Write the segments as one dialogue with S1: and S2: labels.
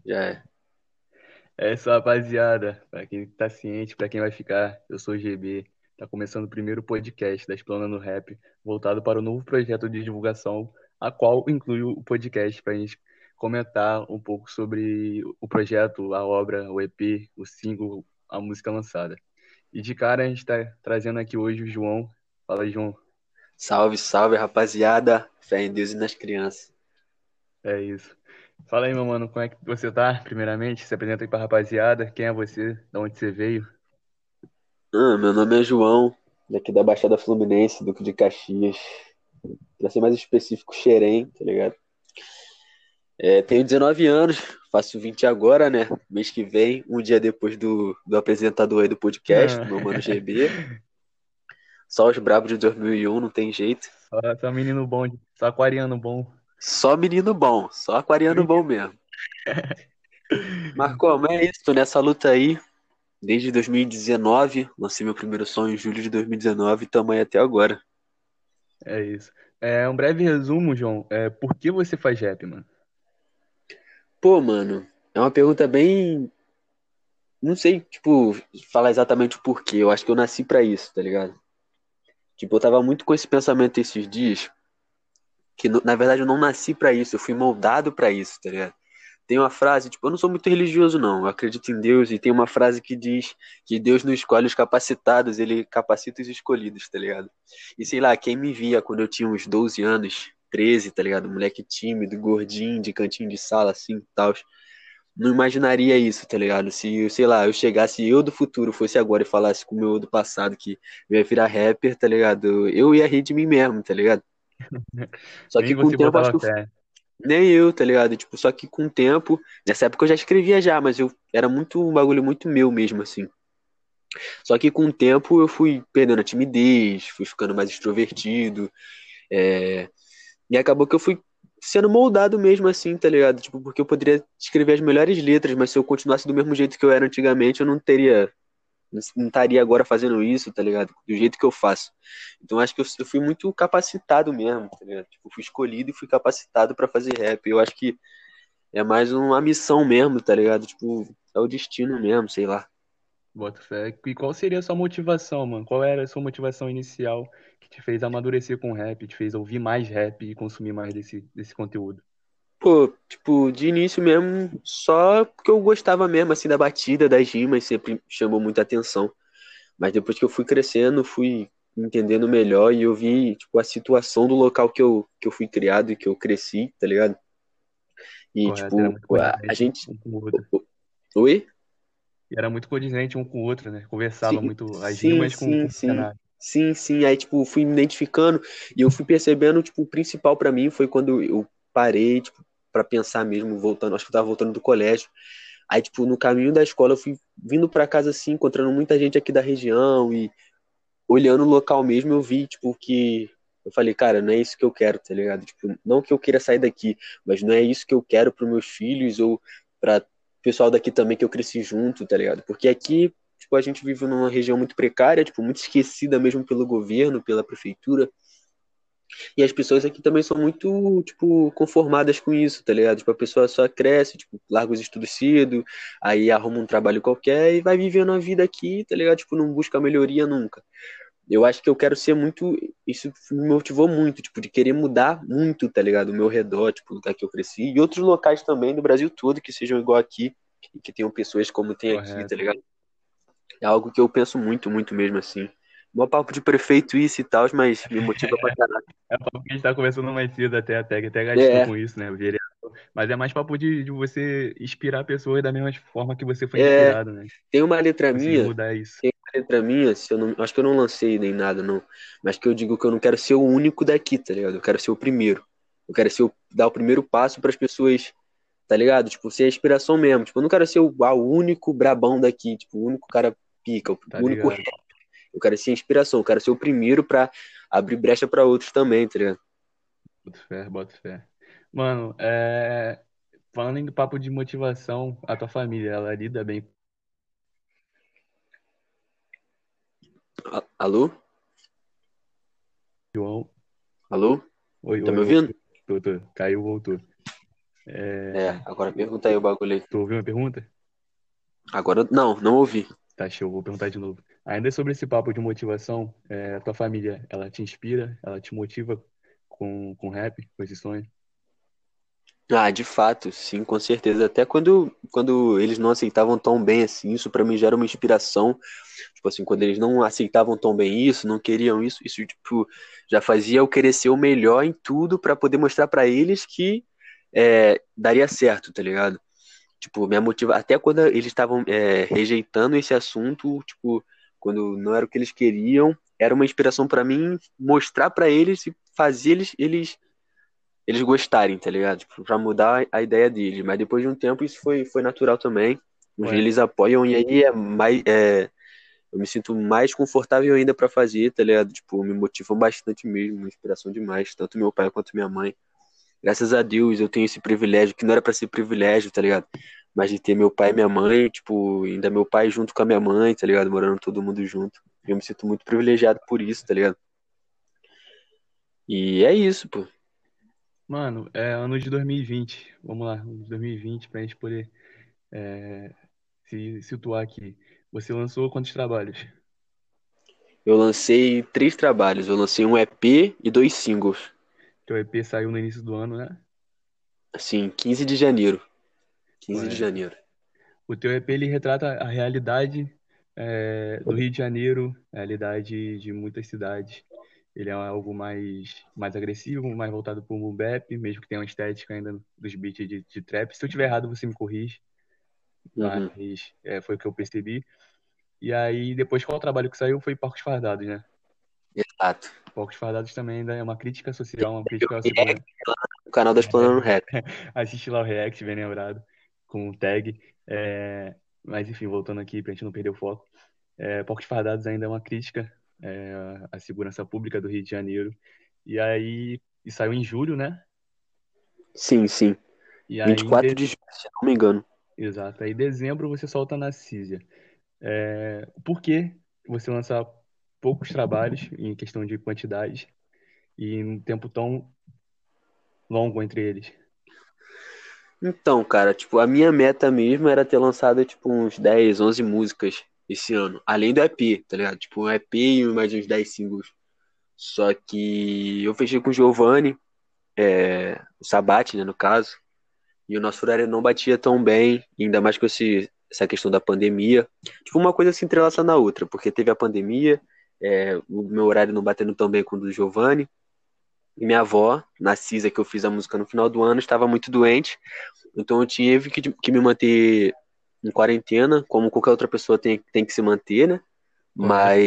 S1: Já é.
S2: É isso, rapaziada. Pra quem tá ciente, pra quem vai ficar, eu sou o GB. Tá começando o primeiro podcast da Explanando Rap, voltado para o novo projeto de divulgação, a qual inclui o podcast pra gente comentar um pouco sobre o projeto, a obra, o EP, o single, a música lançada. E de cara a gente tá trazendo aqui hoje o João. Fala, João.
S1: Salve, salve, rapaziada. Fé em Deus e nas crianças.
S2: É isso. Fala aí, meu mano, como é que você tá? Primeiramente, se apresenta aí pra rapaziada. Quem é você? De onde você veio?
S1: Meu nome é João, daqui da Baixada Fluminense, Duque de Caxias. Pra ser mais específico, Xerém, tá ligado? Tenho 19 anos, faço 20 agora, né? Mês que vem, um dia depois do apresentador aí do podcast, do meu mano GB. Só os brabos de 2001, não tem jeito.
S2: Só menino bom, só aquariano bom.
S1: Só menino bom, só aquariano bom mesmo. Mas como é isso? Tô nessa luta aí desde 2019. Lancei meu primeiro som em julho de 2019 e tamo aí até agora.
S2: É isso. É um breve resumo, João. Por que você faz rap, mano?
S1: Pô, mano, é uma pergunta bem. Não sei, tipo, falar exatamente o porquê. Eu acho que eu nasci pra isso, tá ligado? Tipo, eu tava muito com esse pensamento esses dias, que na verdade eu não nasci pra isso, eu fui moldado pra isso, tá ligado? Tem uma frase, tipo, eu não sou muito religioso, não. Eu acredito em Deus e tem uma frase que diz que Deus não escolhe os capacitados, ele capacita os escolhidos, tá ligado? E sei lá, quem me via quando eu tinha uns 12 anos, 13, tá ligado? Moleque tímido, gordinho, de cantinho de sala, assim, tal. Não imaginaria isso, tá ligado? Se, sei lá, eu chegasse, eu do futuro fosse agora e falasse com o meu do passado que eu ia virar rapper, tá ligado? Eu ia rir de mim mesmo, tá ligado? Só que
S2: Nem
S1: com o
S2: você
S1: tempo, acho
S2: botava
S1: que
S2: fé.
S1: nem eu, tá ligado? Tipo, só que com o tempo, nessa época eu já escrevia já, mas eu era muito um bagulho muito meu mesmo, assim. Só que com o tempo eu fui perdendo a timidez, fui ficando mais extrovertido, é, e acabou que eu fui sendo moldado mesmo assim, tá ligado? Tipo, porque eu poderia escrever as melhores letras, mas se eu continuasse do mesmo jeito que eu era antigamente, eu não estaria agora fazendo isso, tá ligado? Do jeito que eu faço. Então acho que eu fui muito capacitado mesmo, tá ligado? Tipo, fui escolhido e fui capacitado pra fazer rap. Eu acho que é mais uma missão mesmo, tá ligado? Tipo, é o destino mesmo, sei lá.
S2: Bota fé. E qual seria a sua motivação, mano? Qual era a sua motivação inicial que te fez amadurecer com rap, te fez ouvir mais rap e consumir mais desse conteúdo?
S1: Pô, tipo, de início mesmo, só porque eu gostava mesmo, assim, da batida, das rimas, sempre chamou muita atenção. Mas depois que eu fui crescendo, fui entendendo melhor e eu vi, tipo, a situação do local que eu fui criado e que eu cresci, tá ligado? E,
S2: Correto, era
S1: tipo,
S2: muito
S1: a
S2: condizente
S1: gente.
S2: um com o outro.
S1: Oi?
S2: E era muito condizente um com o outro, né? Conversava
S1: Sim,
S2: muito as
S1: sim,
S2: rimas com
S1: sim,
S2: o
S1: sim.
S2: cenário.
S1: Sim, sim. Aí, tipo, fui me identificando e eu fui percebendo, tipo, o principal pra mim foi quando eu parei, tipo, pra pensar mesmo, voltando. Acho que eu tava voltando do colégio. Aí, tipo, no caminho da escola, eu fui vindo pra casa, assim, encontrando muita gente aqui da região e olhando o local mesmo, eu vi, tipo, que. Eu falei, cara, não é isso que eu quero, tá ligado? Tipo, não que eu queira sair daqui, mas não é isso que eu quero pros meus filhos ou pra pessoal daqui também que eu cresci junto, tá ligado? Porque aqui, tipo, a gente vive numa região muito precária, tipo, muito esquecida mesmo pelo governo, pela prefeitura. E as pessoas aqui também são muito, tipo, conformadas com isso, tá ligado? Tipo, a pessoa só cresce, tipo, larga os estudos cedo, aí arruma um trabalho qualquer e vai vivendo a vida aqui, tá ligado? Tipo, não busca melhoria nunca. Eu acho que eu quero ser muito. Isso me motivou muito, tipo, de querer mudar muito, tá ligado? O meu redor, tipo, o lugar que eu cresci. E outros locais também do Brasil todo que sejam igual aqui e que tenham pessoas como tem aqui, tá
S2: Correto.
S1: ligado? É algo que eu penso muito, muito mesmo assim. Mó papo de prefeito isso e tal, mas me motiva pra caralho.
S2: É papo que a gente tá conversando mais cedo até gastou
S1: É,
S2: com isso, né? Vereador. Mas é mais papo de você inspirar pessoas da mesma forma que você foi
S1: é.
S2: inspirado, né?
S1: Tem uma letra
S2: Conseguir
S1: minha,
S2: mudar isso.
S1: tem uma letra minha, se eu não, acho que eu não lancei nem nada, não. Mas que eu digo que eu não quero ser o único daqui, tá ligado? Eu quero ser o primeiro. Eu quero ser dar o primeiro passo para as pessoas, tá ligado? Tipo, ser a inspiração mesmo. Tipo, eu não quero ser o único brabão daqui, tipo, o único cara pica, o
S2: Tá
S1: único.
S2: ligado?
S1: Eu quero ser a inspiração, eu quero ser o primeiro pra abrir brecha pra outros também, tá ligado?
S2: Boto fé, boto fé. Mano, falando em papo de motivação, a tua família, ela lida bem com
S1: Alô?
S2: o João.
S1: Alô?
S2: Oi,
S1: Tá
S2: oi,
S1: me ouvindo?
S2: oi. Tô. Caiu, voltou.
S1: Agora pergunta aí o bagulho aí.
S2: Tu ouviu uma pergunta?
S1: Agora, não ouvi.
S2: Tá, show, vou perguntar de novo. Ainda sobre esse papo de motivação, tua família, ela te inspira, ela te motiva com rap, com esse sonho?
S1: Ah, de fato, sim, com certeza. Até quando eles não aceitavam tão bem assim, isso pra mim já era uma inspiração. Tipo assim, quando eles não aceitavam tão bem isso, não queriam isso tipo, já fazia eu querer ser o melhor em tudo pra poder mostrar pra eles que daria certo, tá ligado? Tipo, minha motiva até quando eles estavam rejeitando esse assunto, tipo, quando não era o que eles queriam, era uma inspiração pra mim mostrar pra eles e fazer eles gostarem, tá ligado? Tipo, pra mudar a ideia deles. Mas depois de um tempo isso foi natural também. Hoje
S2: Ué,
S1: eles apoiam e aí eu me sinto mais confortável ainda pra fazer, tá ligado? Tipo, me motivam bastante mesmo, uma inspiração demais, tanto meu pai quanto minha mãe. Graças a Deus eu tenho esse privilégio, que não era pra ser privilégio, tá ligado? Mas de ter meu pai e minha mãe, tipo, ainda meu pai junto com a minha mãe, tá ligado? Morando todo mundo junto. Eu me sinto muito privilegiado por isso, tá ligado? E é isso, pô.
S2: mano, é ano de 2020. Vamos lá, ano de 2020, pra gente poder se situar aqui. Você lançou quantos trabalhos?
S1: Eu lancei 3 trabalhos. Eu lancei um EP e 2 singles.
S2: Teu EP saiu no início do ano, né?
S1: Assim, 15 de janeiro. 15 de
S2: Ué,
S1: janeiro.
S2: o teu EP ele retrata a realidade do Rio de Janeiro, a realidade de muitas cidades. Ele é algo mais agressivo, mais voltado para o boom bap, mesmo que tenha uma estética ainda dos beats de trap. Se eu tiver errado, você me corrige, mas
S1: Uhum.
S2: foi o que eu percebi. E aí, depois, qual o trabalho que saiu foi Porcos Fardados, né?
S1: Exato.
S2: Porcos Fardados também ainda é uma crítica social, uma
S1: Eu
S2: crítica à
S1: react
S2: segurança.
S1: no canal das Planando Rap.
S2: Assiste lá o React, bem lembrado, com o tag. Mas enfim, voltando aqui pra gente não perder o foco. Porcos Fardados ainda é uma crítica à segurança pública do Rio de Janeiro. E aí, e saiu em julho, né?
S1: Sim, sim.
S2: E aí,
S1: 24 de julho, se não me engano.
S2: exato, aí em dezembro você solta Narcísia. Por que você lançar poucos trabalhos em questão de quantidade e em um tempo tão longo entre eles?
S1: Então, cara, tipo, a minha meta mesmo era ter lançado, tipo, uns 10, 11 músicas esse ano. Além do EP, tá ligado? Tipo, um EP e mais uns 10 singles. Só que eu fechei com o Giovanni, o Sabate, né, no caso. E o nosso horário não batia tão bem, ainda mais com essa questão da pandemia. Tipo, uma coisa se entrelaça na outra, porque teve a pandemia, o meu horário não batendo tão bem com o do Giovanni, e minha avó, Narcisa, que eu fiz a música no final do ano, estava muito doente, então eu tive que me manter em quarentena, como qualquer outra pessoa tem que se manter, né?
S2: Correto.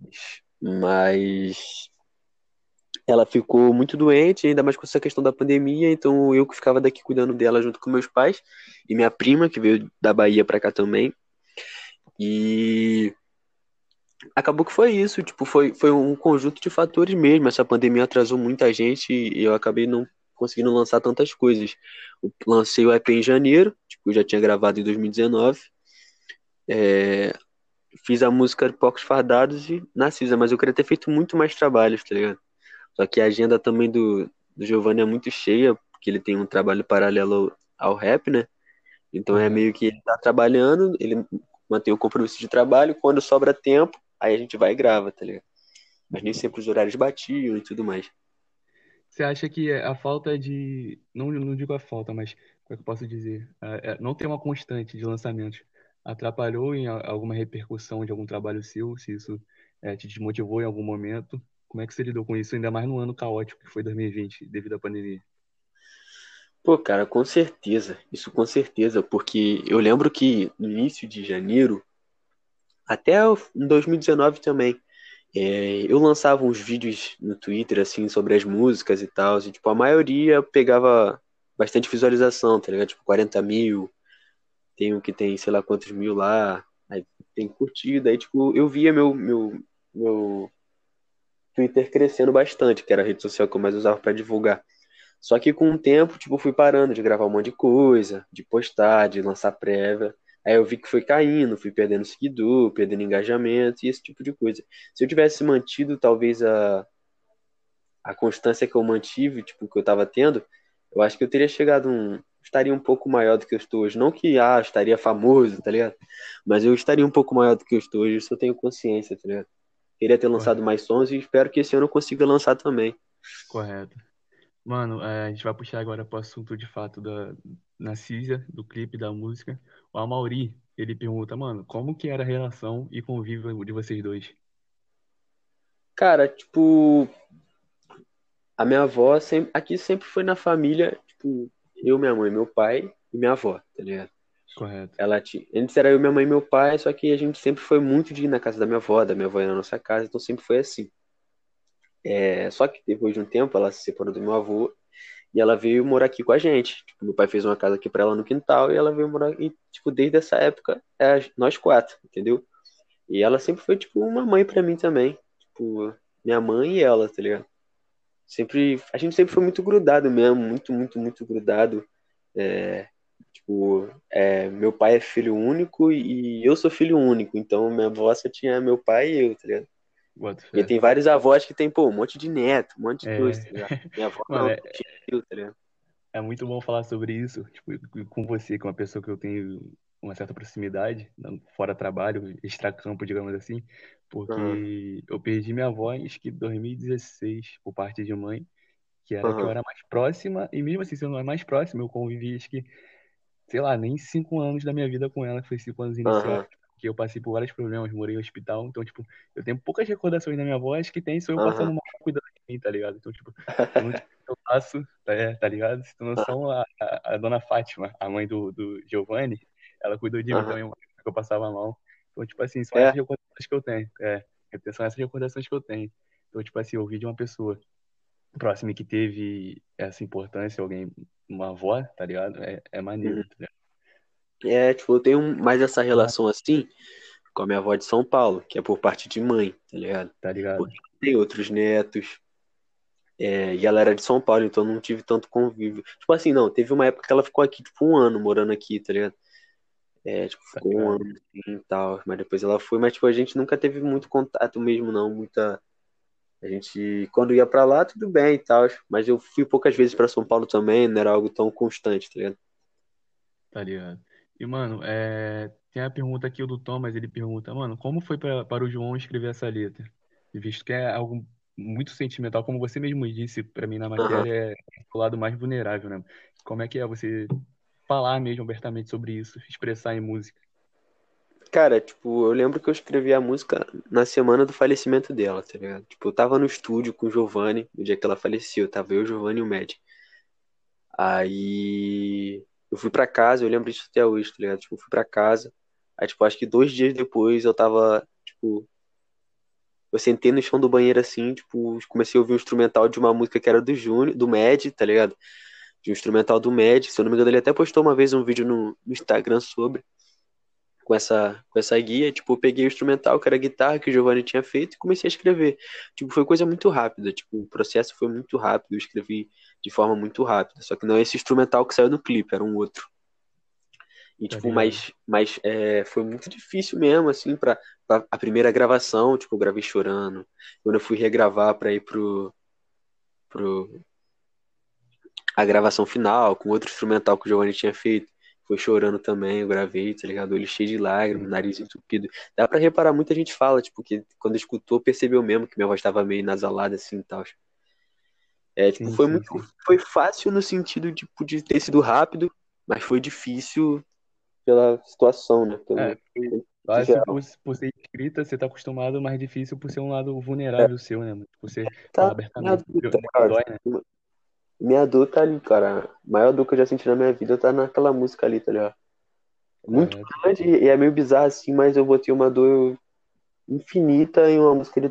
S1: Mas ela ficou muito doente, ainda mais com essa questão da pandemia, então eu que ficava daqui cuidando dela junto com meus pais e minha prima, que veio da Bahia pra cá também. E acabou que foi isso, tipo, foi um conjunto de fatores mesmo. Essa pandemia atrasou muita gente e eu acabei não conseguindo lançar tantas coisas. Eu lancei o EP em janeiro, tipo, eu já tinha gravado em 2019. É, fiz a música de Pocos Fardados e Narcisa, mas eu queria ter feito muito mais trabalhos, tá ligado? Só que a agenda também do Giovanni é muito cheia, porque ele tem um trabalho paralelo ao rap, né? Então é
S2: Correto.
S1: meio que ele tá trabalhando, ele mantém o compromisso de trabalho, quando sobra tempo, aí a gente vai e grava, tá ligado? Mas nem sempre os horários batiam e tudo mais.
S2: Você acha que a falta de. Não digo a falta, mas como é que eu posso dizer? Não ter uma constante de lançamentos atrapalhou em alguma repercussão de algum trabalho seu? Se isso te desmotivou em algum momento? Como é que você lidou com isso, ainda mais no ano caótico que foi 2020, devido à pandemia?
S1: Pô, cara, com certeza, isso com certeza, porque eu lembro que no início de janeiro, em 2019 também, eu lançava uns vídeos no Twitter, assim, sobre as músicas e tal, e, tipo, a maioria pegava bastante visualização, tá ligado? Tipo, 40 mil, tem um que tem sei lá quantos mil lá, aí tem curtida, aí, tipo, eu via meu Twitter crescendo bastante, que era a rede social que eu mais usava pra divulgar. Só que com o tempo, tipo, fui parando de gravar um monte de coisa, de postar, de lançar prévia. Aí eu vi que foi caindo, fui perdendo seguidor, perdendo engajamento e esse tipo de coisa. Se eu tivesse mantido talvez a constância que eu mantive, tipo, que eu tava tendo, eu acho que eu teria chegado estaria um pouco maior do que eu estou hoje. Não que, estaria famoso, tá ligado? Mas eu estaria um pouco maior do que eu estou hoje, isso eu tenho consciência, tá ligado? Queria ter lançado
S2: Correto,
S1: mais sons e espero que esse ano eu consiga lançar também.
S2: correto. Mano, a gente vai puxar agora pro assunto de fato da Narcisa, do clipe, da música. O Amaury, ele pergunta, mano, como que era a relação e convívio de vocês dois?
S1: Cara, tipo, a minha avó sempre, aqui sempre foi na família, tipo, eu, minha mãe, meu pai e minha avó, tá ligado?
S2: Correto.
S1: Ela tinha, antes era eu, minha mãe e meu pai, só que a gente sempre foi muito de ir na casa da minha avó ir na nossa casa, então sempre foi assim. Só que depois de um tempo ela se separou do meu avô e ela veio morar aqui com a gente. Tipo, meu pai fez uma casa aqui pra ela no quintal e ela veio morar e tipo desde essa época nós quatro, entendeu? E ela sempre foi tipo uma mãe pra mim também, tipo minha mãe e ela, tá ligado? Sempre a gente sempre foi muito grudado mesmo, muito grudado. É, meu pai é filho único e eu sou filho único, então minha avó só tinha meu pai e eu, tá ligado?
S2: Boto
S1: Porque
S2: fé.
S1: tem vários avós que tem, pô, um monte de neto, um monte de coisa,
S2: É,
S1: tá ligado? Minha avó
S2: mano,
S1: não, tinha filho, tá ligado?
S2: é muito bom falar sobre isso, tipo, com você, que é uma pessoa que eu tenho uma certa proximidade, fora trabalho, extracampo, digamos assim,
S1: Aham,
S2: porque eu perdi minha avó em acho que 2016, por parte de mãe, que era a que eu
S1: aham,
S2: era mais próxima, e mesmo assim, se eu não é mais próximo, eu convivi acho que, sei lá, nem 5 anos da minha vida com ela, que foi 5 anos iniciais,
S1: aham,
S2: porque eu passei por vários problemas, morei em hospital, então, tipo, eu tenho poucas recordações da minha avó, acho que tem, sou eu
S1: aham,
S2: passando mal cuidando de mim, tá ligado? Então, tipo, eu não tive o que eu faço, tá ligado? Se tu não são a dona Fátima, a mãe do Giovanni, ela cuidou de mim
S1: aham.
S2: também, uma época que eu passava mal. Então, tipo assim, são essas
S1: É,
S2: recordações que eu tenho, são essas recordações que eu tenho. Então, tipo assim, ouvir de uma pessoa próxima que teve essa importância, alguém, uma avó, tá ligado? É
S1: uhum.
S2: maneiro, tá ligado?
S1: Tipo, eu tenho mais essa relação assim com a minha avó de São Paulo, que é por parte de mãe, tá ligado?
S2: Tá ligado?
S1: Porque tem outros netos, e ela era de São Paulo, então não tive tanto convívio. Tipo assim, não, teve uma época que ela ficou aqui, tipo, um ano morando aqui, tá ligado? Tipo,
S2: Tá
S1: ficou um
S2: ligado?
S1: ano assim e tal, mas depois ela foi, mas tipo, a gente nunca teve muito contato mesmo, não, muita. A gente, quando ia pra lá, tudo bem e tal, mas eu fui poucas vezes pra São Paulo também, não era algo tão constante, tá ligado?
S2: Tá ligado? E, mano, tem a pergunta aqui do Thomas, ele pergunta, mano, como foi para o João escrever essa letra? E visto que é algo muito sentimental, como você mesmo disse pra mim na
S1: Aham.
S2: matéria, é o lado mais vulnerável, né? Como é que é você falar mesmo abertamente sobre isso, expressar em música?
S1: Cara, tipo, eu lembro que eu escrevi a música na semana do falecimento dela, tá ligado? Tipo, eu tava no estúdio com o Giovanni, no dia que ela faleceu, tava eu, o Giovanni e o Med. Aí eu fui pra casa, eu lembro disso até hoje, tá ligado? Tipo, eu fui pra casa, aí, tipo, acho que 2 dias depois eu tava, tipo, eu sentei no chão do banheiro assim, tipo, comecei a ouvir um instrumental de uma música que era do Júnior, do Med, tá ligado? De um instrumental do Med, se eu não me engano, ele até postou uma vez um vídeo no Instagram sobre. Com essa guia, tipo, eu peguei o instrumental, que era a guitarra que o Giovanni tinha feito, e comecei a escrever. Tipo, foi coisa muito rápida, tipo, o processo foi muito rápido, eu escrevi de forma muito rápida. Só que não é esse instrumental que saiu no clipe, era um outro. E,
S2: Tá
S1: tipo,
S2: ligado?
S1: foi muito difícil mesmo, assim, pra a primeira gravação, tipo, eu gravei chorando. Quando eu fui regravar pra ir pro, a gravação final, com outro instrumental que o Giovanni tinha feito. Foi chorando também, eu gravei, tá ligado? Olho cheio de lágrimas,
S2: Sim,
S1: nariz entupido. Dá pra reparar, muita gente fala, tipo, que quando escutou, percebeu mesmo que minha voz tava meio nasalada, assim, e tal. Tipo,
S2: sim, sim, sim.
S1: foi fácil no sentido, tipo, de ter sido rápido, mas foi difícil pela situação, né?
S2: É,
S1: Pelo
S2: foi
S1: contexto
S2: fácil
S1: geral.
S2: por ser escrita, você tá acostumado, mas difícil por ser um lado
S1: É,
S2: vulnerável seu, né, mano? Por você
S1: tá,
S2: falar
S1: minha
S2: abertamente.
S1: dor, tá ligado?
S2: Dói, né?
S1: Minha dor tá ali, cara. A maior dor que eu já senti na minha vida tá naquela música ali, tá ligado? Muito
S2: Correto.
S1: grande e é meio bizarro assim, mas eu botei uma dor infinita em uma música de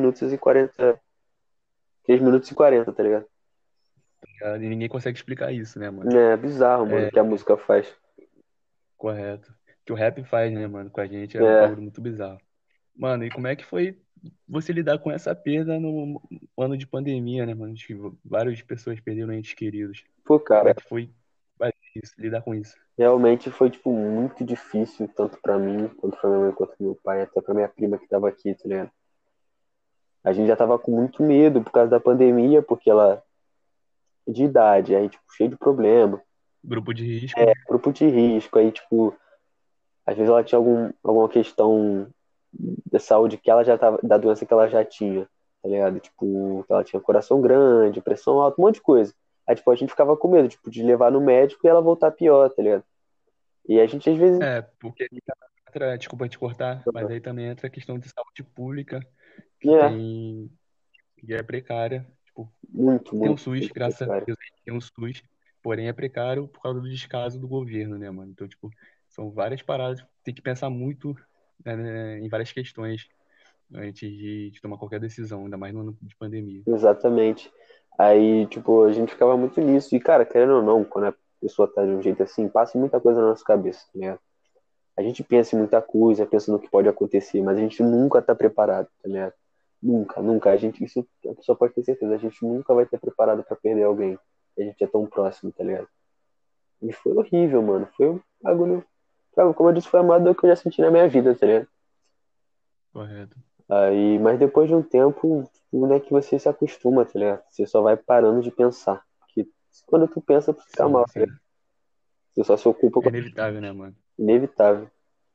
S1: 3 minutos e 40, tá ligado?
S2: E ninguém consegue explicar isso, né, mano?
S1: É bizarro, mano, o
S2: É,
S1: que a música faz.
S2: correto. O que o rap faz, né, mano, com a gente é um
S1: É,
S2: bagulho muito bizarro. Mano, e como é que foi você lidar com essa perda no ano de pandemia, né, mano? Tipo, várias pessoas perderam entes queridos.
S1: pô,
S2: Como
S1: cara,
S2: é que foi fazer isso, lidar com isso?
S1: realmente foi, tipo, muito difícil, tanto pra mim, quanto pra minha mãe, quanto pro meu pai, até pra minha prima que tava aqui, tá ligado? A gente já tava com muito medo por causa da pandemia, porque ela, de idade, aí, tipo, cheio de problema.
S2: Grupo de risco, né?
S1: grupo de risco, aí, tipo, às vezes ela tinha alguma questão de saúde que ela já tava, da doença que ela já tinha, tá ligado? Tipo, que ela tinha coração grande, pressão alta, um monte de coisa. Aí, tipo, a gente ficava com medo, tipo, de levar no médico e ela voltar pior, tá ligado? E a gente, às vezes,
S2: É, porque aí entra, desculpa te cortar, mas aí também entra a questão de saúde pública, que
S1: é,
S2: tem, que é precária. Tipo,
S1: muito,
S2: tem um
S1: muito,
S2: SUS,
S1: muito
S2: graças a
S1: precário.
S2: Deus, a gente tem um SUS, porém é precário por causa do descaso do governo, né, mano? Então, tipo, são várias paradas, tem que pensar muito, né, em várias questões antes de tomar qualquer decisão, ainda mais no ano de pandemia.
S1: Exatamente. Aí, tipo, a gente ficava muito nisso. E, cara, querendo ou não, quando a pessoa tá de um jeito assim, passa muita coisa na nossa cabeça, né? A gente pensa em muita coisa, pensa no que pode acontecer, mas a gente nunca tá preparado, tá ligado? Nunca, nunca. Isso a pessoa pode ter certeza, a gente nunca vai ter preparado pra perder alguém. A gente é tão próximo, tá ligado? E foi horrível, mano. Foi um bagulho. Sabe, como eu disse, foi a maior dor que eu já senti na minha vida, tá ligado?
S2: Correto.
S1: Aí, mas depois de um tempo, não é que você se acostuma, tá ligado? Você só vai parando de pensar. Porque quando tu pensa, tu fica
S2: Sim,
S1: mal, tá ligado?
S2: sim.
S1: Você só se ocupa
S2: É
S1: com
S2: inevitável, né, mano?
S1: o inevitável.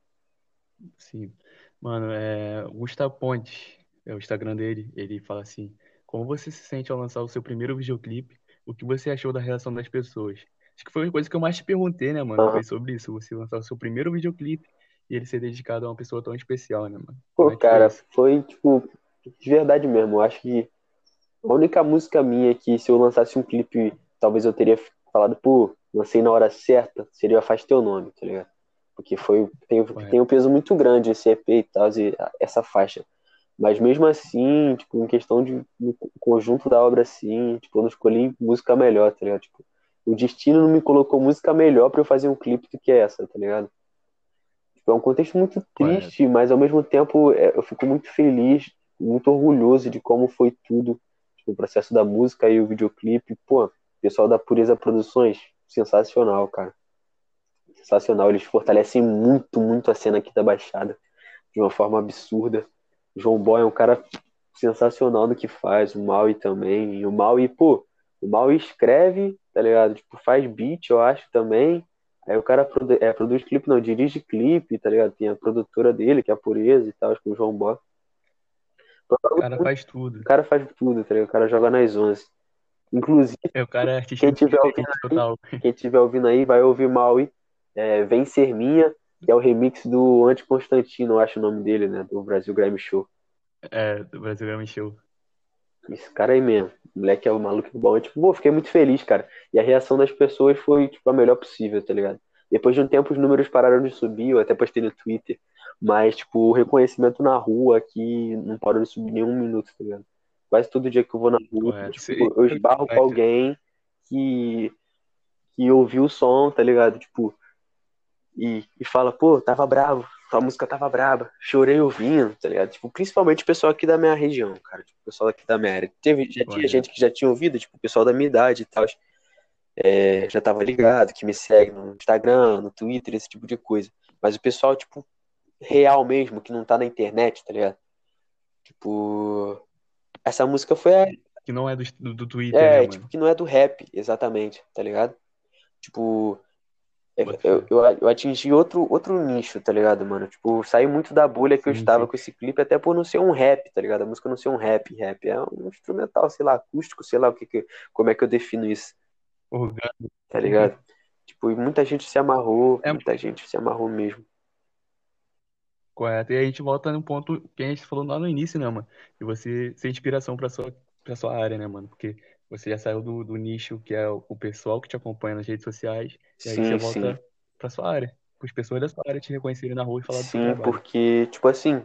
S2: Sim. Mano, o Gustavo Pontes, é o Instagram dele, ele fala assim: como você se sente ao lançar o seu primeiro videoclipe? O que você achou da reação das pessoas? Acho que foi a coisa que eu mais te perguntei, né, mano?
S1: Aham.
S2: Foi sobre isso, você lançar o seu primeiro videoclipe e ele ser dedicado a uma pessoa tão especial, né, mano?
S1: Pô,
S2: Como é que foi
S1: cara,
S2: isso?
S1: foi, tipo, de verdade mesmo. Eu acho que a única música minha que, se eu lançasse um clipe, talvez eu teria falado, pô, lancei na hora certa, seria Faz Teu Nome, tá ligado? Porque tem
S2: Correto.
S1: um peso muito grande esse EP e tal, essa faixa. Mas mesmo assim, tipo, em questão de no conjunto da obra, assim, tipo, eu não escolhi música melhor, tá ligado? Tipo, o destino não me colocou música melhor pra eu fazer um clipe do que essa, tá ligado? Tipo, é um contexto muito
S2: Correto.
S1: triste, mas ao mesmo tempo eu fico muito feliz, muito orgulhoso de como foi tudo, tipo, o processo da música e o videoclipe. Pô, pessoal da Pureza Produções, sensacional, cara. Sensacional. Eles fortalecem muito, muito a cena aqui da Baixada, de uma forma absurda. O João Boy é um cara sensacional no que faz, o Maui também. E o Maui, pô, o Maui escreve, tá ligado? Tipo, faz beat, eu acho também. Aí o cara produz clipe, não, dirige clipe, tá ligado? Tem a produtora dele, que é a Pureza e tal, acho que o João Boy.
S2: O cara faz
S1: O
S2: tudo.
S1: cara faz tudo, tá ligado? O cara joga nas 11. Inclusive,
S2: É, o cara é artista
S1: quem tiver ouvindo
S2: independente
S1: aí,
S2: total.
S1: quem tiver ouvindo aí, vai ouvir Maui, Vem Ser Minha, que é o remix do Anti-Constantino, eu acho o nome dele, né? Do Brasil Grime Show.
S2: É, do Brasil Game Show.
S1: Esse cara aí mesmo. O moleque é o maluco bom. Eu, tipo, pô, fiquei muito feliz, cara. E a reação das pessoas foi, tipo, a melhor possível, tá ligado? Depois de um tempo, os números pararam de subir, eu até postei no Twitter. Mas, tipo, o reconhecimento na rua aqui não parou de subir nem um minuto, tá ligado? Quase todo dia que eu vou na rua,
S2: Correto. Isso aí
S1: tipo, eu
S2: é
S1: esbarro com
S2: importante, né?
S1: alguém que, que ouviu o som, tá ligado? Tipo, e fala, pô, tava bravo, a música tava braba, chorei ouvindo, tá ligado? Tipo, principalmente o pessoal aqui da minha região, cara, tipo, o pessoal aqui da minha área. Já tinha gente
S2: Correto.
S1: que já tinha ouvido, tipo, o pessoal da minha idade e tal, já tava ligado, que me segue no Instagram, no Twitter, esse tipo de coisa. Mas o pessoal, tipo, real mesmo, que não tá na internet, tá ligado? Tipo, essa música foi
S2: Que não é do Twitter, né,
S1: tipo,
S2: mano?
S1: que não é do rap, exatamente, tá ligado? Tipo,
S2: Bota fé.
S1: eu atingi outro nicho, tá ligado, mano? Tipo, saí muito da bolha que eu
S2: Sim,
S1: estava
S2: sim.
S1: com esse clipe, até por não ser um rap, tá ligado? A música não ser um rap. É um instrumental, sei lá, acústico, sei lá como é que eu defino isso,
S2: Orgânico.
S1: tá ligado? Tipo, e muita gente se amarrou,
S2: É
S1: muita gente se amarrou mesmo.
S2: correto. E a gente volta no ponto que a gente falou lá no início, né, mano? De você ser inspiração pra sua área, né, mano? Porque você já saiu do nicho que é o pessoal que te acompanha nas redes sociais, e aí você
S1: Sim, sim.
S2: volta pra sua área. Para as pessoas da sua área te reconhecerem na rua e falar do seu
S1: Sim,
S2: trabalho.
S1: porque, tipo assim,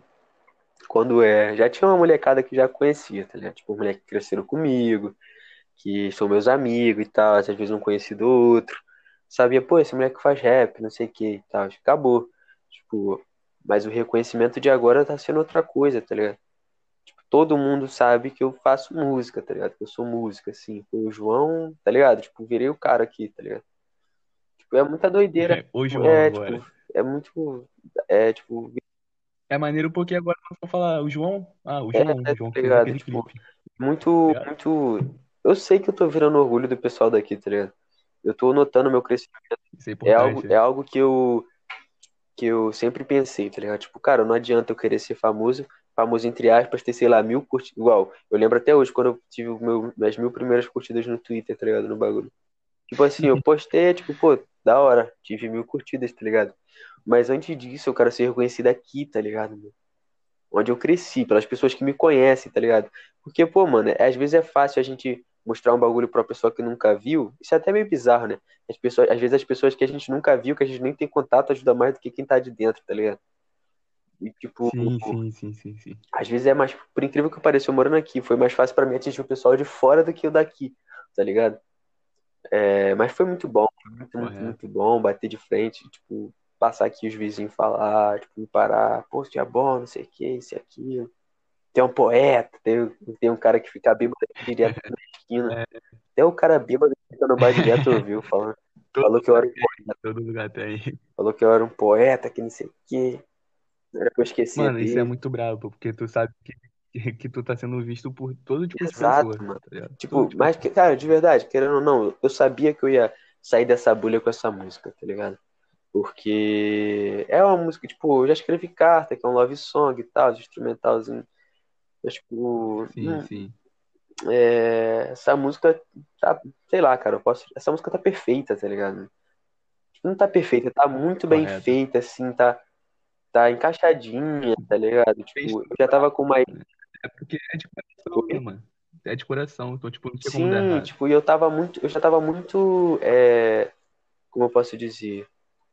S1: já tinha uma molecada que já conhecia, tá ligado? Tipo, moleque que cresceram comigo, que são meus amigos e tal, às vezes um conhecido outro. Sabia, pô, esse moleque faz rap, não sei o que e tal. Acabou. Tipo, mas o reconhecimento de agora tá sendo outra coisa, tá ligado? Tipo, todo mundo sabe que eu faço música, tá ligado? Que eu sou música, assim. Pô, o João, tá ligado? Tipo, virei o cara aqui, tá ligado? Tipo, é muita doideira.
S2: O João
S1: É,
S2: agora.
S1: tipo, é muito. É, tipo,
S2: É maneiro porque agora eu vou falar o João. Ah, o João
S1: tá
S2: que fez
S1: ligado?
S2: aquele
S1: Tipo,
S2: clipe. Tá
S1: muito,
S2: ligado?
S1: muito. Eu sei que eu tô virando orgulho do pessoal daqui, tá ligado? eu tô notando meu crescimento.
S2: Isso é
S1: É algo,
S2: importante,
S1: é
S2: né?
S1: algo que eu sempre pensei, tá ligado? Tipo, cara, não adianta eu querer ser famoso, famoso entre aspas, ter, sei lá, 1.000 curtidas. Igual, eu lembro até hoje, quando eu tive minhas 1.000 primeiras curtidas no Twitter, tá ligado? No bagulho. Tipo assim, eu postei, tipo, pô, da hora, tive 1.000 curtidas, tá ligado? Mas antes disso, eu quero ser reconhecido aqui, tá ligado? Onde eu cresci, pelas pessoas que me conhecem, tá ligado? Porque, pô, mano, às vezes é fácil a gente mostrar um bagulho pra uma pessoa que nunca viu. Isso é até meio bizarro, né? Às vezes as pessoas que a gente nunca viu, que a gente nem tem contato, ajuda mais do que quem tá de dentro, tá ligado? E, tipo,
S2: Sim, sim, sim, sim, sim.
S1: às vezes é mais, por incrível que pareça, eu morando aqui, foi mais fácil pra mim atingir o pessoal de fora do que o daqui, tá ligado? Mas foi muito bom, foi muito, muito, muito
S2: Correto.
S1: bom bater de frente, tipo, passar aqui os vizinhos falar, tipo, me parar, pô, você é bom, não sei o que, isso e aquilo. Tem um poeta, tem um cara que fica bêbado direto na esquina.
S2: É,
S1: Até o cara bêbado que fica no bar direto ouviu falando.
S2: todo
S1: Falou que eu
S2: lugar
S1: era um
S2: tem,
S1: poeta,
S2: todo lugar tem.
S1: falou que eu era um poeta, que não sei o quê. Não era pra eu esquecer
S2: Mano, isso é
S1: dele.
S2: muito brabo, porque tu sabe que tu tá sendo visto por todo tipo de
S1: Exato,
S2: pessoa,
S1: mano.
S2: tá ligado? Todo
S1: Tipo,
S2: tipo de
S1: mas,
S2: pessoa.
S1: cara, de verdade, querendo ou não, eu sabia que eu ia sair dessa bolha com essa música, tá ligado? Porque é uma música, tipo, eu já escrevi carta, que é um love song e tal, instrumentalzinho. Mas, tipo,
S2: Sim, sim,
S1: essa música tá, sei lá, cara, essa música tá perfeita, tá ligado? Tipo, não tá perfeita, tá muito bem
S2: correto.
S1: feita, assim, tá encaixadinha, tá ligado?
S2: Fez
S1: Tipo, eu
S2: do
S1: já tava com
S2: coração,
S1: mais.
S2: né? É porque é de coração, né, mano? É de coração, então, tipo, não tinha como dar
S1: Sim,
S2: errado.
S1: tipo, e eu já tava muito, como eu posso dizer,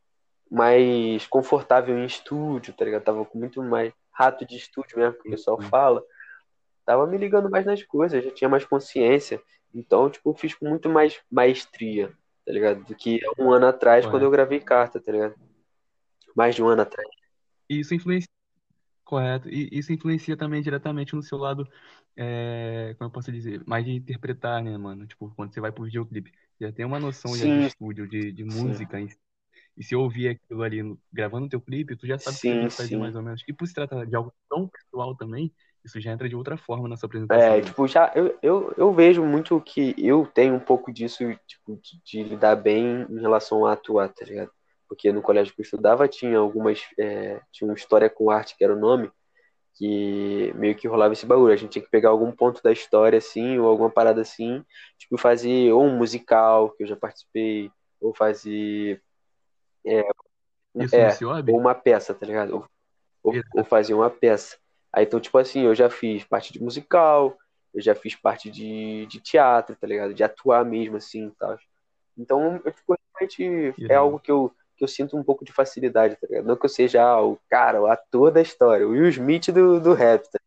S1: mais confortável em estúdio, tá ligado? Tava com muito mais rato de estúdio mesmo, que o pessoal
S2: Sim.
S1: fala. Tava me ligando mais nas coisas, já tinha mais consciência. Então, tipo, eu fiz com muito mais maestria, tá ligado? Do que há um ano atrás, quando eu
S2: Correto.
S1: gravei carta, tá ligado? Mais de um ano atrás.
S2: E isso influencia, correto. E isso influencia também diretamente no seu lado, como eu posso dizer, mais de interpretar, né, mano? Tipo, quando você vai pro videoclipe, já tem uma noção já de
S1: Sim,
S2: estúdio, de
S1: sim,
S2: música. E se ouvir aquilo ali gravando teu clipe, tu já sabe o que você tem
S1: sim,
S2: que fazer
S1: sim.
S2: mais ou menos. E por se tratar de algo tão pessoal também, isso já entra de outra forma nessa apresentação, né?
S1: Tipo, já eu vejo muito que eu tenho um pouco disso, tipo, de lidar bem em relação a atuar, tá ligado? Porque no colégio que eu estudava tinha tinha uma história com arte que era o nome, que meio que rolava esse bagulho. A gente tinha que pegar algum ponto da história, assim, ou alguma parada assim, tipo, fazer ou um musical, que eu já participei, ou fazer, é,
S2: Isso no
S1: é, ou
S2: Ciob?
S1: uma peça, tá ligado? Ou fazer uma peça. Aí, então, tipo assim, eu já fiz parte de musical, eu já fiz parte de teatro, tá ligado? De atuar mesmo, assim, e tal. Então, eu, tipo, realmente é
S2: Irado.
S1: algo que eu sinto um pouco de facilidade, tá ligado? Não que eu seja o cara, o ator da história, o Will Smith do rap, tá?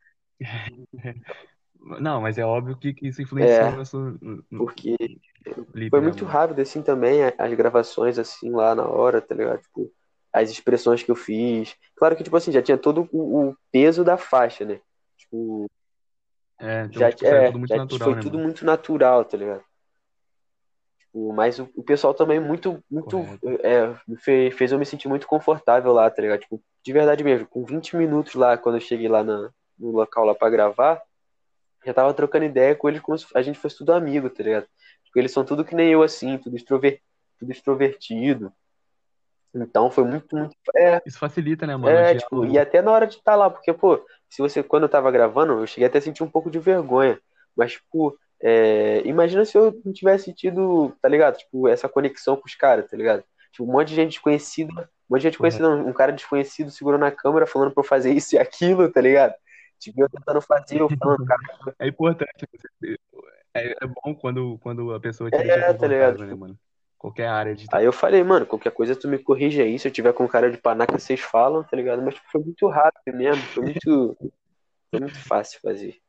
S2: Não, mas é óbvio que isso influencia
S1: É,
S2: no, seu- no, no-
S1: porque
S2: no clipe,
S1: foi
S2: né,
S1: muito
S2: mano?
S1: rápido, assim, também, as gravações, assim, lá na hora, tá ligado? Tipo, as expressões que eu fiz. Claro que, tipo assim, já tinha todo o peso da faixa, né? Tipo,
S2: É, então, tipo, saiu tudo muito
S1: já foi
S2: natural, né,
S1: tudo
S2: mano?
S1: muito natural, tá ligado? Tipo, mas o pessoal também muito, muito,
S2: Correto.
S1: fez eu me sentir muito confortável lá, tá ligado? Tipo, de verdade mesmo, com 20 minutos lá, quando eu cheguei lá no local lá pra gravar, já tava trocando ideia com eles como se a gente fosse tudo amigo, tá ligado? Tipo, eles são tudo que nem eu, assim, tudo extrovertido. Então foi muito, muito.
S2: Isso facilita, né, mano, o
S1: Tipo, e
S2: diálogo.
S1: até na hora de estar lá, porque, pô, se você, quando eu tava gravando, eu cheguei até a sentir um pouco de vergonha. Mas, tipo, imagina se eu não tivesse tido, tá ligado? Tipo, essa conexão com os caras, tá ligado? Tipo, um monte de gente desconhecida, um monte de gente conhecida,
S2: Correto.
S1: um cara desconhecido segurando a câmera falando pra eu fazer isso e aquilo, tá ligado? Tipo, eu tentando fazer, eu falando, cara,
S2: É importante você. É bom quando a pessoa te deixa
S1: tá ligado?
S2: confortável, né,
S1: Tipo,
S2: mano? Qualquer área de
S1: aí eu falei, mano, qualquer coisa tu me corrige aí, se eu tiver com cara de panaca, vocês falam, tá ligado? Mas tipo, foi muito rápido mesmo, foi muito fácil fazer.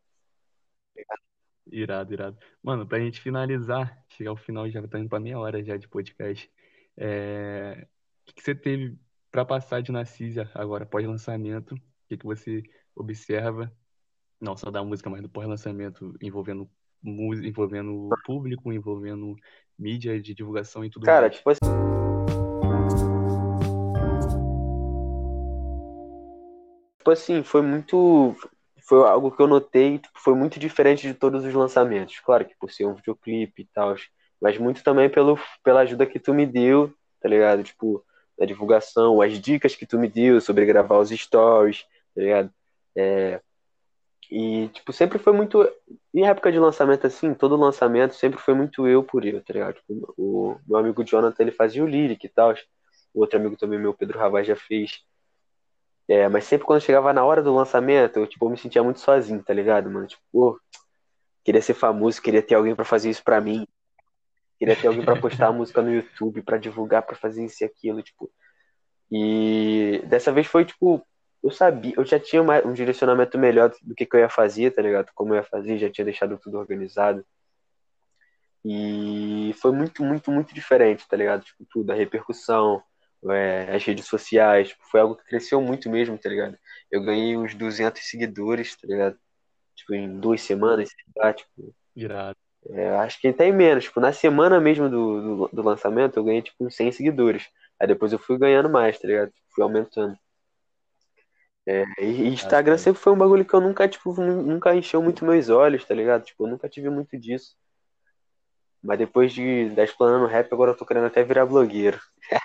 S2: Irado, irado. Mano, pra gente finalizar, chegar ao final, já tá indo pra meia hora já de podcast. O que você teve pra passar de Narcisia agora, pós-lançamento? O que você observa, não só da música, mas do pós-lançamento, envolvendo o público, envolvendo mídia de divulgação e tudo
S1: Cara,
S2: mais?
S1: tipo assim, foi algo que eu notei, tipo, foi muito diferente de todos os lançamentos. Claro que por ser um videoclipe e tal, mas muito também pela ajuda que tu me deu, tá ligado? Tipo, na divulgação, as dicas que tu me deu sobre gravar os stories, tá ligado? É, e, tipo, sempre foi muito. Em época de lançamento, assim, todo lançamento sempre foi muito eu por eu, tá ligado? Tipo, o meu amigo Jonathan, ele fazia o lyric e tal. O outro amigo também, meu Pedro Ravaz, já fez. Mas sempre quando chegava na hora do lançamento, eu, tipo, eu me sentia muito sozinho, tá ligado, mano? Tipo, pô, queria ser famoso, queria ter alguém pra fazer isso pra mim. Queria ter alguém pra postar a música no YouTube, pra divulgar, pra fazer isso e aquilo, tipo. E dessa vez foi, tipo, eu sabia, eu já tinha um direcionamento melhor do que eu ia fazer, tá ligado? Como eu ia fazer, já tinha deixado tudo organizado. E foi muito, muito, muito diferente, tá ligado? Tipo, tudo, a repercussão, as redes sociais, tipo, foi algo que cresceu muito mesmo, tá ligado? Eu ganhei uns 200 seguidores, tá ligado? Tipo, em 2 semanas, sei lá, tipo,
S2: Irado.
S1: acho que até em menos, tipo, na semana mesmo do lançamento, eu ganhei, tipo, uns 100 seguidores. Aí depois eu fui ganhando mais, tá ligado? Fui aumentando. E
S2: Irado,
S1: Instagram
S2: cara.
S1: sempre foi um bagulho que eu nunca, tipo, nunca encheu muito meus olhos, tá ligado? Tipo, eu nunca tive muito disso. Mas depois da explanando rap, agora eu tô querendo até virar blogueiro.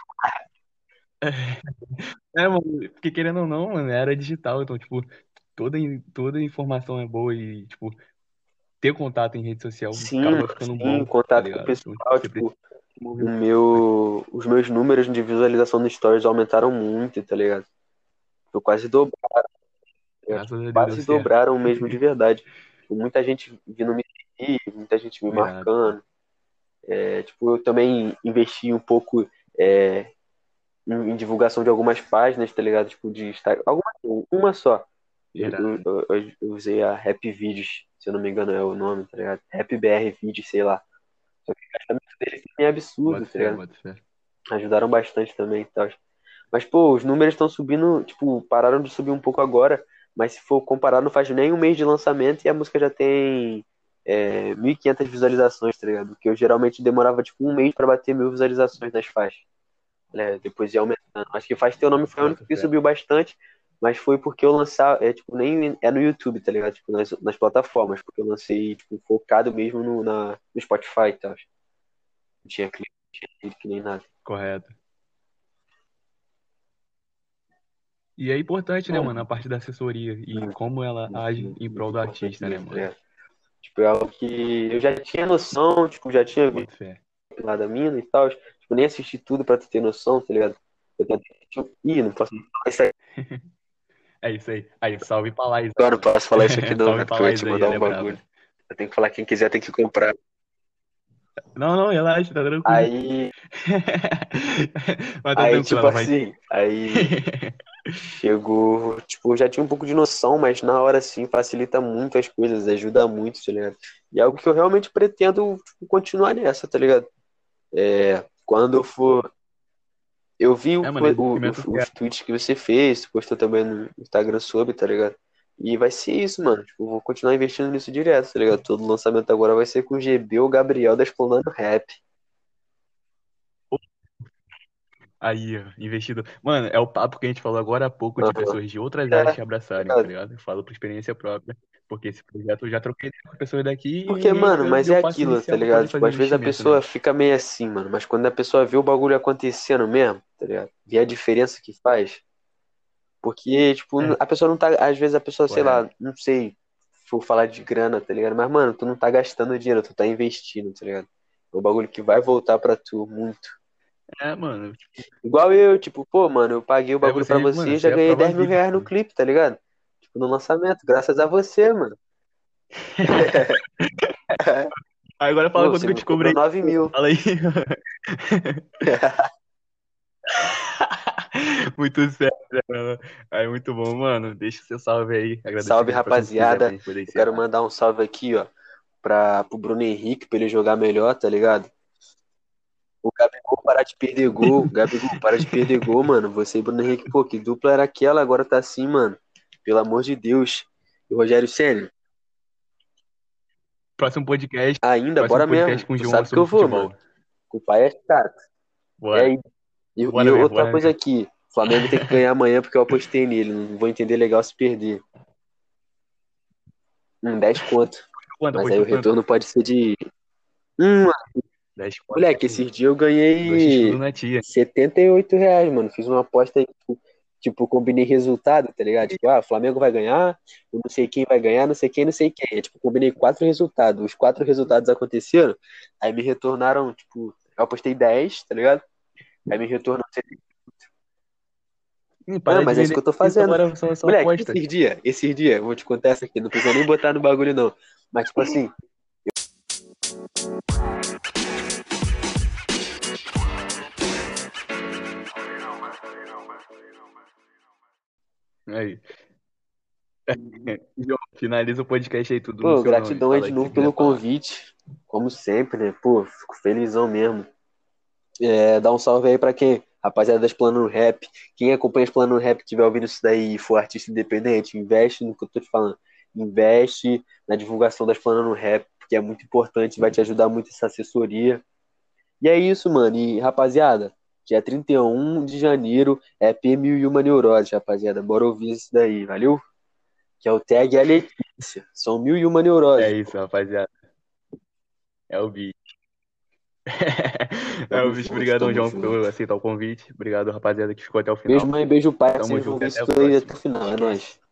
S2: É, mano, porque querendo ou não, mano, era digital, então, tipo, toda informação é boa e, tipo, ter contato em rede social
S1: Sim,
S2: acaba ficando
S1: sim,
S2: bom, tá
S1: contato com o
S2: ligado? Então, tipo,
S1: pessoal,
S2: você precisa
S1: tipo,
S2: movimentar.
S1: os meus números de visualização no Stories aumentaram muito, tá ligado? Eu quase dobraram, tá ligado?
S2: Graças a Deus deu
S1: Quase
S2: certo.
S1: dobraram mesmo de verdade. Tipo, muita gente vindo me seguir, muita gente me
S2: Irado.
S1: marcando. Tipo, eu também investi um pouco é, em divulgação de algumas páginas, tá ligado? Tipo, de Instagram. Uma só. Eu, eu,
S2: Irado.
S1: eu usei a Rap Vídeos, se eu não me engano é o nome, tá ligado? Rap BR Vídeos, sei lá. Só que o engajamento deles também é absurdo,
S2: Bota
S1: tá
S2: fé,
S1: ligado?
S2: bota fé.
S1: Ajudaram bastante também e tal. Mas, pô, os números estão subindo, tipo, pararam de subir um pouco agora, mas se for comparar, não faz nem um mês de lançamento e a música já tem 1.500 visualizações, tá ligado? Que eu geralmente demorava, tipo, um mês pra bater 1.000 visualizações nas faixas. Depois ia aumentando. Acho que Faz Teu Nome foi o único
S2: Bota
S1: que
S2: fé.
S1: subiu bastante, mas foi porque eu lançar, tipo, nem é no YouTube, tá ligado? Tipo, nas plataformas, porque eu lancei, tipo, focado mesmo no Spotify e tal. Não tinha clipe nem nada.
S2: Correto. E é importante, né,
S1: Bom,
S2: mano, a parte da assessoria e
S1: muito,
S2: como ela
S1: muito,
S2: age
S1: muito,
S2: em prol
S1: muito
S2: do
S1: importante
S2: artista, né,
S1: mesmo, tá
S2: mano?
S1: ligado? Tipo, é algo que eu já tinha noção, tipo, já tinha visto
S2: Bota fé.
S1: lá da mina e tal. Tipo, nem assisti tudo pra tu ter noção, tá ligado? Eu tentei, tipo, não posso falar isso aí.
S2: É isso aí. Aí, salve pra Laís
S1: Agora
S2: aí,
S1: não
S2: mano.
S1: posso falar isso aqui não,
S2: Salve
S1: cara,
S2: pra
S1: porque eu ia
S2: Laís
S1: te
S2: aí,
S1: mandar
S2: ela
S1: um
S2: é
S1: bagulho.
S2: braba.
S1: Eu tenho que falar quem quiser tem que comprar.
S2: Não, não, relaxa, tá tranquilo.
S1: Aí,
S2: Mas tá
S1: aí,
S2: tranquilo,
S1: tipo
S2: ela vai.
S1: assim, aí chegou, tipo, eu já tinha um pouco de noção, mas na hora assim facilita muito as coisas, ajuda muito, tá ligado? E é algo que eu realmente pretendo, tipo, continuar nessa, tá ligado? Quando eu for. Eu vi
S2: É, mano, é investimento
S1: os
S2: certo.
S1: tweets que você fez, postou também no Instagram sobre, tá ligado? E vai ser isso, mano. Tipo, eu vou continuar investindo nisso direto, tá ligado? Todo lançamento agora vai ser com o GB ou Gabriel da Explorando Rap.
S2: Aí, ó, investidor. Mano, é o papo que a gente falou agora há pouco de
S1: Aham.
S2: pessoas de outras áreas
S1: É,
S2: te
S1: tá
S2: abraçarem, tá
S1: ligado?
S2: ligado? Eu falo por experiência própria, porque esse projeto eu já troquei ideia com pessoas daqui e
S1: Porque,
S2: ninguém
S1: mano,
S2: nunca
S1: mas
S2: deu
S1: é
S2: passo
S1: aquilo, tá
S2: inicial pra poder
S1: ligado? Tipo,
S2: fazer
S1: às vezes a
S2: investimento, né,
S1: pessoa
S2: mano?
S1: fica meio assim, mano. Mas quando a pessoa vê o bagulho acontecendo mesmo, tá ligado? Vê a diferença que faz. Porque, tipo,
S2: É,
S1: a pessoa não tá. Às vezes a pessoa, sei lá,
S2: correto.
S1: não sei, for falar de grana, tá ligado? Mas, mano, tu não tá gastando dinheiro, tu tá investindo, tá ligado? É um bagulho que vai voltar pra tu muito.
S2: É, mano.
S1: Igual eu, tipo, pô, mano, eu paguei o
S2: É
S1: bagulho pra
S2: você, mano,
S1: você e já
S2: você é a
S1: ganhei
S2: prova
S1: 10 mil
S2: viva,
S1: reais no
S2: mano.
S1: clipe, tá ligado? Tipo, no lançamento, graças a você, mano.
S2: Agora fala
S1: Pô,
S2: quanto
S1: você
S2: que eu
S1: me
S2: te
S1: cobrou
S2: cobrei.
S1: 9 mil.
S2: Fala aí. Muito sério, né, mano? Aí, muito bom, mano. Deixa o seu salve aí.
S1: Salve,
S2: Agradecimento pra quem quiser pra
S1: rapaziada.
S2: gente poder
S1: Eu quero
S2: encerrar.
S1: mandar um salve aqui, ó, pro Bruno Henrique, pra ele jogar melhor, tá ligado? O Gabigol parar de perder gol. Gabigol, para de perder gol, mano. Você e Bruno Henrique, pô, que dupla era aquela? Agora tá assim, mano. Pelo amor de Deus. E o Rogério Ceni,
S2: Próximo podcast.
S1: ainda,
S2: Próximo
S1: bora
S2: podcast
S1: mesmo.
S2: com o
S1: Tu
S2: João
S1: sabe que eu
S2: sobre
S1: vou, mano.
S2: futebol.
S1: O pai é chato.
S2: Bora.
S1: É, e
S2: Bora mesmo,
S1: outra
S2: bora
S1: coisa
S2: mesmo.
S1: aqui. O Flamengo tem que ganhar amanhã porque eu apostei nele. Não vou entender legal se perder. 10 conto.
S2: Quanto?
S1: Mas aí
S2: Apostou
S1: o
S2: quanto?
S1: retorno pode ser de. Hum,
S2: Da escola
S1: Moleque,
S2: também.
S1: esses dias eu
S2: Do X-Tudo
S1: ganhei
S2: na tia.
S1: R$ 78, mano. Fiz uma aposta aí, tipo, combinei resultado, tá ligado? Tipo, o Flamengo vai ganhar, eu não sei quem vai ganhar, não sei quem, não sei quem. Tipo, combinei quatro resultados. Os quatro resultados aconteceram, aí me retornaram, tipo, eu apostei 10, tá ligado? Aí me retornou. Ah,
S2: Para de
S1: mas é isso que
S2: vender
S1: eu tô
S2: isso
S1: fazendo.
S2: agora, são
S1: Moleque,
S2: apostas.
S1: eu vou te contar essa aqui, não precisa nem botar no bagulho, não. Mas, tipo assim,
S2: Aí. João, finaliza o podcast aí tudo no
S1: pô,
S2: seu nome.
S1: gratidão aí
S2: Fala
S1: de
S2: aí que você
S1: novo
S2: quiser
S1: pelo
S2: falar.
S1: convite, como sempre, né? Pô, fico felizão mesmo. Dá um salve aí pra quem? Rapaziada das Plano Rap. Quem acompanha as Plano Rap, tiver ouvindo isso daí e for artista independente, investe no que eu tô te falando. Investe na divulgação das Plano Rap, porque é muito importante, vai te ajudar muito essa assessoria. E é isso, mano. E, rapaziada, dia 31 de janeiro é P1001 Neurose, rapaziada. Bora ouvir isso daí, valeu? Que é o Tag e a Letícia. São 1001
S2: É
S1: neuroses, pô.
S2: isso, rapaziada. É o bicho. É
S1: Tamo
S2: o bicho.
S1: junto,
S2: Obrigadão,
S1: tamo
S2: João, por
S1: junto.
S2: aceitar o convite. Obrigado, rapaziada, que ficou até o
S1: Beijo,
S2: final.
S1: mãe, beijo, pai.
S2: Tamo
S1: Vocês vão
S2: junto e
S1: ver
S2: até
S1: isso
S2: a
S1: aí até o
S2: próxima.
S1: final. É
S2: Esquece.
S1: nóis.